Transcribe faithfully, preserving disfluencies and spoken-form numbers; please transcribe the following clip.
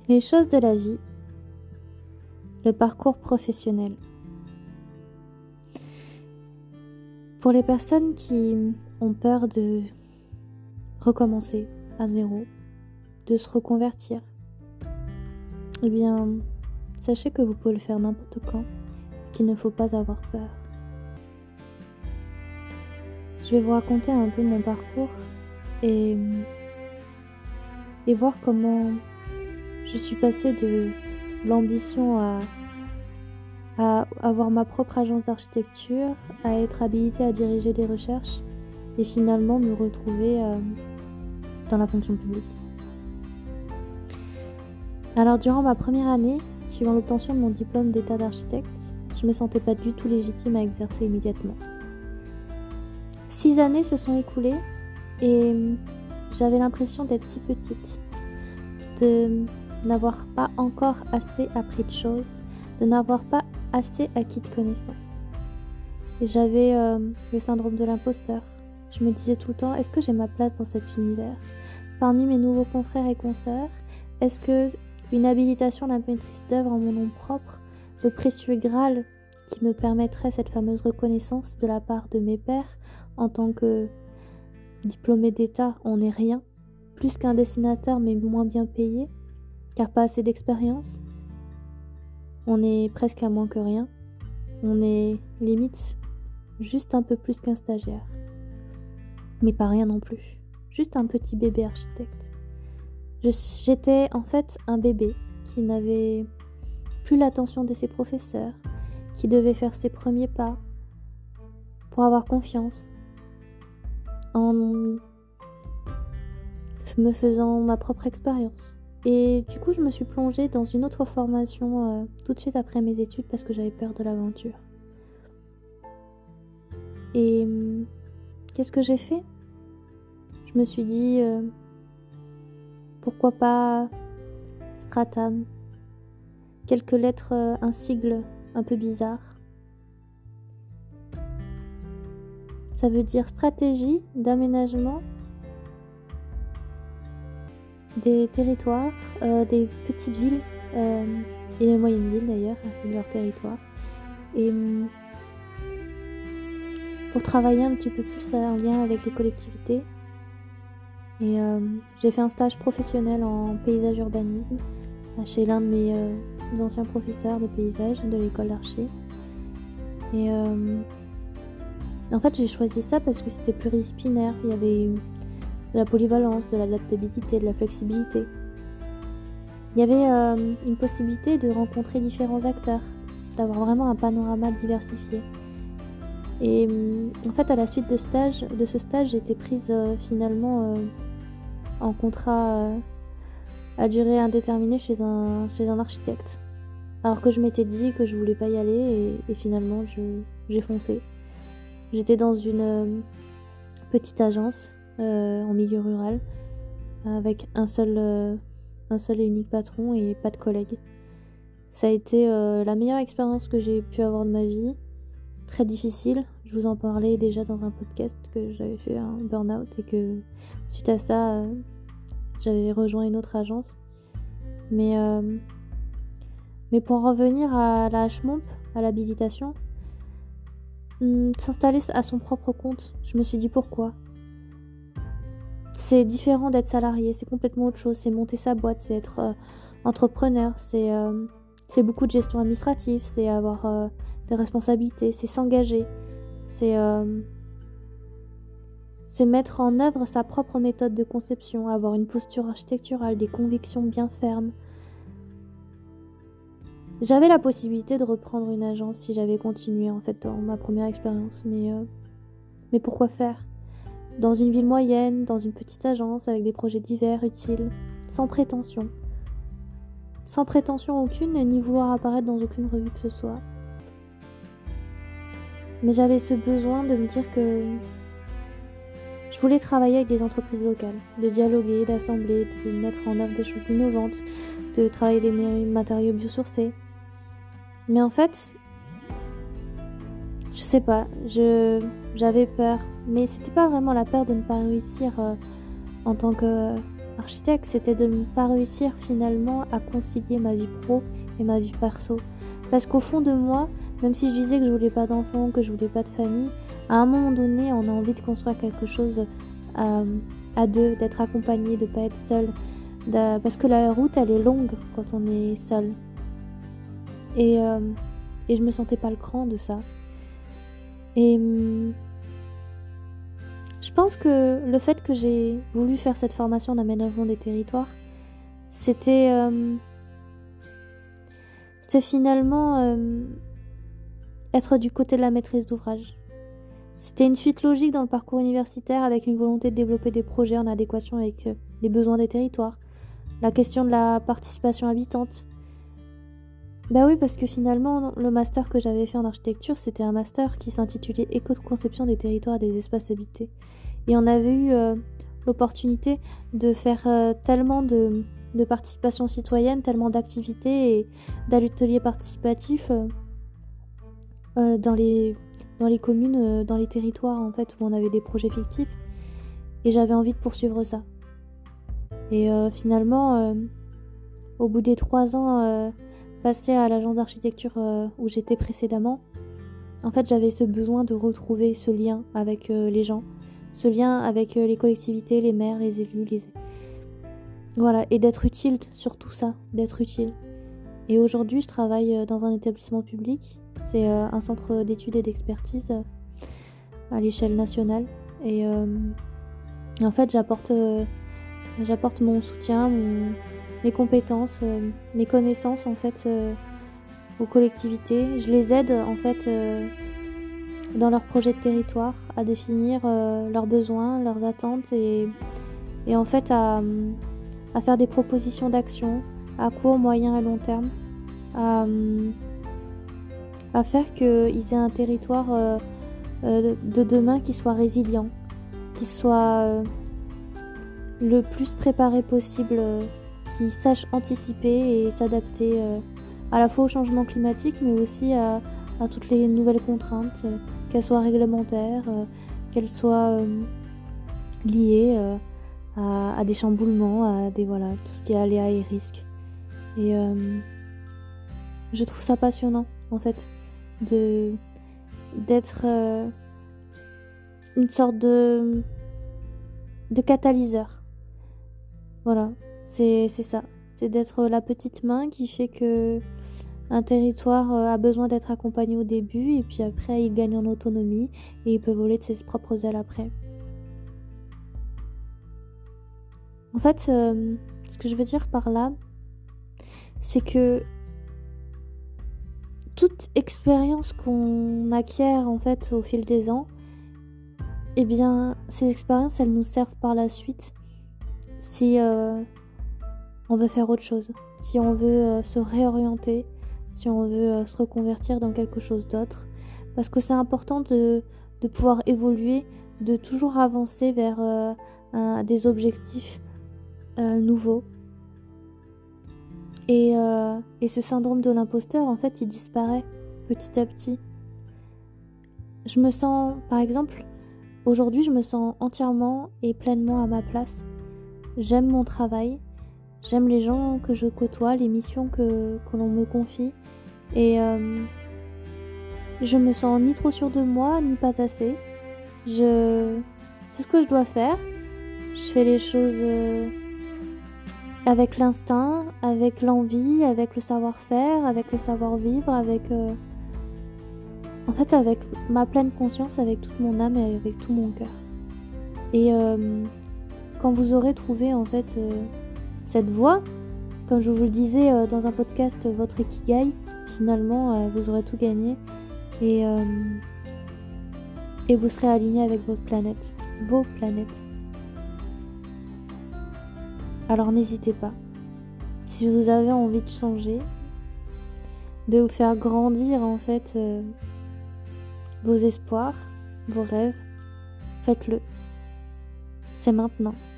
Les choses de la vie, le parcours professionnel. Pour les personnes qui ont peur de recommencer à zéro, de se reconvertir, eh bien, sachez que vous pouvez le faire n'importe quand, qu'il ne faut pas avoir peur. Je vais vous raconter un peu mon parcours et, et voir comment je suis passée de l'ambition à, à avoir ma propre agence d'architecture, à être habilitée à diriger des recherches et finalement me retrouver euh, dans la fonction publique. Alors durant ma première année, suivant l'obtention de mon diplôme d'état d'architecte, je me sentais pas du tout légitime à exercer immédiatement. Six années se sont écoulées et j'avais l'impression d'être si petite, de n'avoir pas encore assez appris de choses, de n'avoir pas assez acquis de connaissances. Et j'avais euh, le syndrome de l'imposteur. Je me disais tout le temps, est-ce que j'ai ma place dans cet univers ? Parmi mes nouveaux confrères et consoeurs, est-ce que une habilitation à la maîtrise d'œuvre en mon nom propre, le précieux Graal qui me permettrait cette fameuse reconnaissance de la part de mes pairs en tant que diplômé d'État, on n'est rien, plus qu'un dessinateur mais moins bien payé, car pas assez d'expérience. On est presque à moins que rien. On est limite juste un peu plus qu'un stagiaire. Mais pas rien non plus. Juste un petit bébé architecte. Je, j'étais en fait un bébé qui n'avait plus l'attention de ses professeurs, qui devait faire ses premiers pas pour avoir confiance en me faisant ma propre expérience. Et du coup, je me suis plongée dans une autre formation euh, tout de suite après mes études parce que j'avais peur de l'aventure. Et euh, qu'est-ce que j'ai fait ? Je me suis dit, euh, pourquoi pas Stratam ? Quelques lettres, euh, un sigle un peu bizarre. Ça veut dire stratégie d'aménagement des territoires, euh, des petites villes euh, et des moyennes villes d'ailleurs, avec leur territoire. Et euh, pour travailler un petit peu plus en lien avec les collectivités. Et euh, j'ai fait un stage professionnel en paysage urbanisme chez l'un de mes euh, anciens professeurs de paysage de l'école d'archi. Et euh, en fait, j'ai choisi ça parce que c'était pluridisciplinaire. Il y avait de la polyvalence, de l'adaptabilité, de la flexibilité. Il y avait euh, une possibilité de rencontrer différents acteurs, d'avoir vraiment un panorama diversifié. Et euh, en fait, à la suite de, stage, de ce stage, j'ai été prise euh, finalement euh, en contrat euh, à durée indéterminée chez un, chez un architecte. Alors que je m'étais dit que je voulais pas y aller et, et finalement, je, j'ai foncé. J'étais dans une euh, petite agence euh, en milieu rural avec un seul, euh, un seul et unique patron et pas de collègues. Ça a été euh, la meilleure expérience que j'ai pu avoir de ma vie. Très difficile. Je vous en parlais déjà dans un podcast que j'avais fait un burn-out et que suite à ça, euh, j'avais rejoint une autre agence. Mais, euh, mais pour en revenir à la H M O N P, à l'habilitation, s'installer à son propre compte, je me suis dit pourquoi. C'est différent d'être salarié, c'est complètement autre chose, c'est monter sa boîte, c'est être euh, entrepreneur, c'est, euh, c'est beaucoup de gestion administrative, c'est avoir euh, des responsabilités, c'est s'engager, c'est, euh, c'est mettre en œuvre sa propre méthode de conception, avoir une posture architecturale, des convictions bien fermes. J'avais la possibilité de reprendre une agence si j'avais continué en fait dans ma première expérience, mais, euh, mais pourquoi faire ? Dans une ville moyenne, dans une petite agence, avec des projets divers, utiles, sans prétention. Sans prétention aucune, ni vouloir apparaître dans aucune revue que ce soit. Mais j'avais ce besoin de me dire que je voulais travailler avec des entreprises locales, de dialoguer, d'assembler, de mettre en œuvre des choses innovantes, de travailler des matériaux biosourcés. Mais en fait, je sais pas, je, j'avais peur. Mais c'était pas vraiment la peur de ne pas réussir euh, en tant qu'architecte architecte, c'était de ne pas réussir finalement à concilier ma vie pro et ma vie perso. Parce qu'au fond de moi, même si je disais que je voulais pas d'enfants, que je voulais pas de famille, à un moment donné, on a envie de construire quelque chose à, à deux, d'être accompagné, de pas être seul. De, parce que la route, elle est longue quand on est seul. Et, euh, et je me sentais pas le cran de ça. Et hum, je pense que le fait que j'ai voulu faire cette formation d'aménagement des territoires, c'était, euh, c'était finalement euh, être du côté de la maîtrise d'ouvrage. C'était une suite logique dans le parcours universitaire avec une volonté de développer des projets en adéquation avec les besoins des territoires. La question de la participation habitante. Bah oui, parce que finalement, le master que j'avais fait en architecture, c'était un master qui s'intitulait Éco-conception des territoires et des espaces habités. Et on avait eu euh, l'opportunité de faire euh, tellement de, de participation citoyenne, tellement d'activités et d'ateliers participatifs euh, euh, dans les, dans les communes, euh, dans les territoires en fait, où on avait des projets fictifs. Et j'avais envie de poursuivre ça. Et euh, finalement, euh, au bout des trois ans euh, passés à l'agence d'architecture euh, où j'étais précédemment, en fait, j'avais ce besoin de retrouver ce lien avec euh, les gens, ce lien avec euh, les collectivités, les maires, les élus, les... voilà, et d'être utile sur tout ça, d'être utile. Et aujourd'hui, je travaille euh, dans un établissement public, c'est euh, un centre d'études et d'expertise euh, à l'échelle nationale. Et euh, en fait, j'apporte euh, J'apporte mon soutien, mon, mes compétences, euh, mes connaissances en fait euh, aux collectivités. Je les aide en fait euh, dans leurs projets de territoire à définir euh, leurs besoins, leurs attentes et, et en fait à, à faire des propositions d'action à court, moyen et long terme, à, à faire qu'ils aient un territoire euh, euh, de demain qui soit résilient, qui soit euh, le plus préparé possible, euh, qui sache anticiper et s'adapter euh, à la fois au changement climatique mais aussi à, à toutes les nouvelles contraintes, euh, qu'elles soient réglementaires, euh, qu'elles soient euh, liées euh, à, à des chamboulements, à des voilà, tout ce qui est aléas et risques. Et euh, je trouve ça passionnant en fait de d'être euh, une sorte de de catalyseur. Voilà, c'est, c'est ça. C'est d'être la petite main qui fait que un territoire a besoin d'être accompagné au début et puis après il gagne en autonomie et il peut voler de ses propres ailes après. En fait, euh, ce que je veux dire par là, c'est que toute expérience qu'on acquiert en fait au fil des ans, eh bien, ces expériences, elles nous servent par la suite si euh, on veut faire autre chose, si on veut euh, se réorienter, si on veut euh, se reconvertir dans quelque chose d'autre. Parce que c'est important de, de pouvoir évoluer, de toujours avancer vers euh, un, des objectifs euh, nouveaux. Et, euh, et ce syndrome de l'imposteur, en fait, il disparaît petit à petit. Je me sens, par exemple, aujourd'hui, je me sens entièrement et pleinement à ma place. J'aime mon travail, j'aime les gens que je côtoie, les missions que, que l'on me confie. Et euh, je me sens ni trop sûre de moi, ni pas assez. Je sais ce que je dois faire. Je fais les choses euh, avec l'instinct, avec l'envie, avec le savoir-faire, avec le savoir-vivre, avec... Euh, en fait, avec ma pleine conscience, avec toute mon âme et avec tout mon cœur. Et... Euh, quand vous aurez trouvé en fait euh, cette voie, comme je vous le disais euh, dans un podcast, euh, votre Ikigai, finalement euh, vous aurez tout gagné et, euh, et vous serez aligné avec votre planète, vos planètes. Alors n'hésitez pas, si vous avez envie de changer, de vous faire grandir en fait euh, vos espoirs, vos rêves, faites-le. C'est maintenant.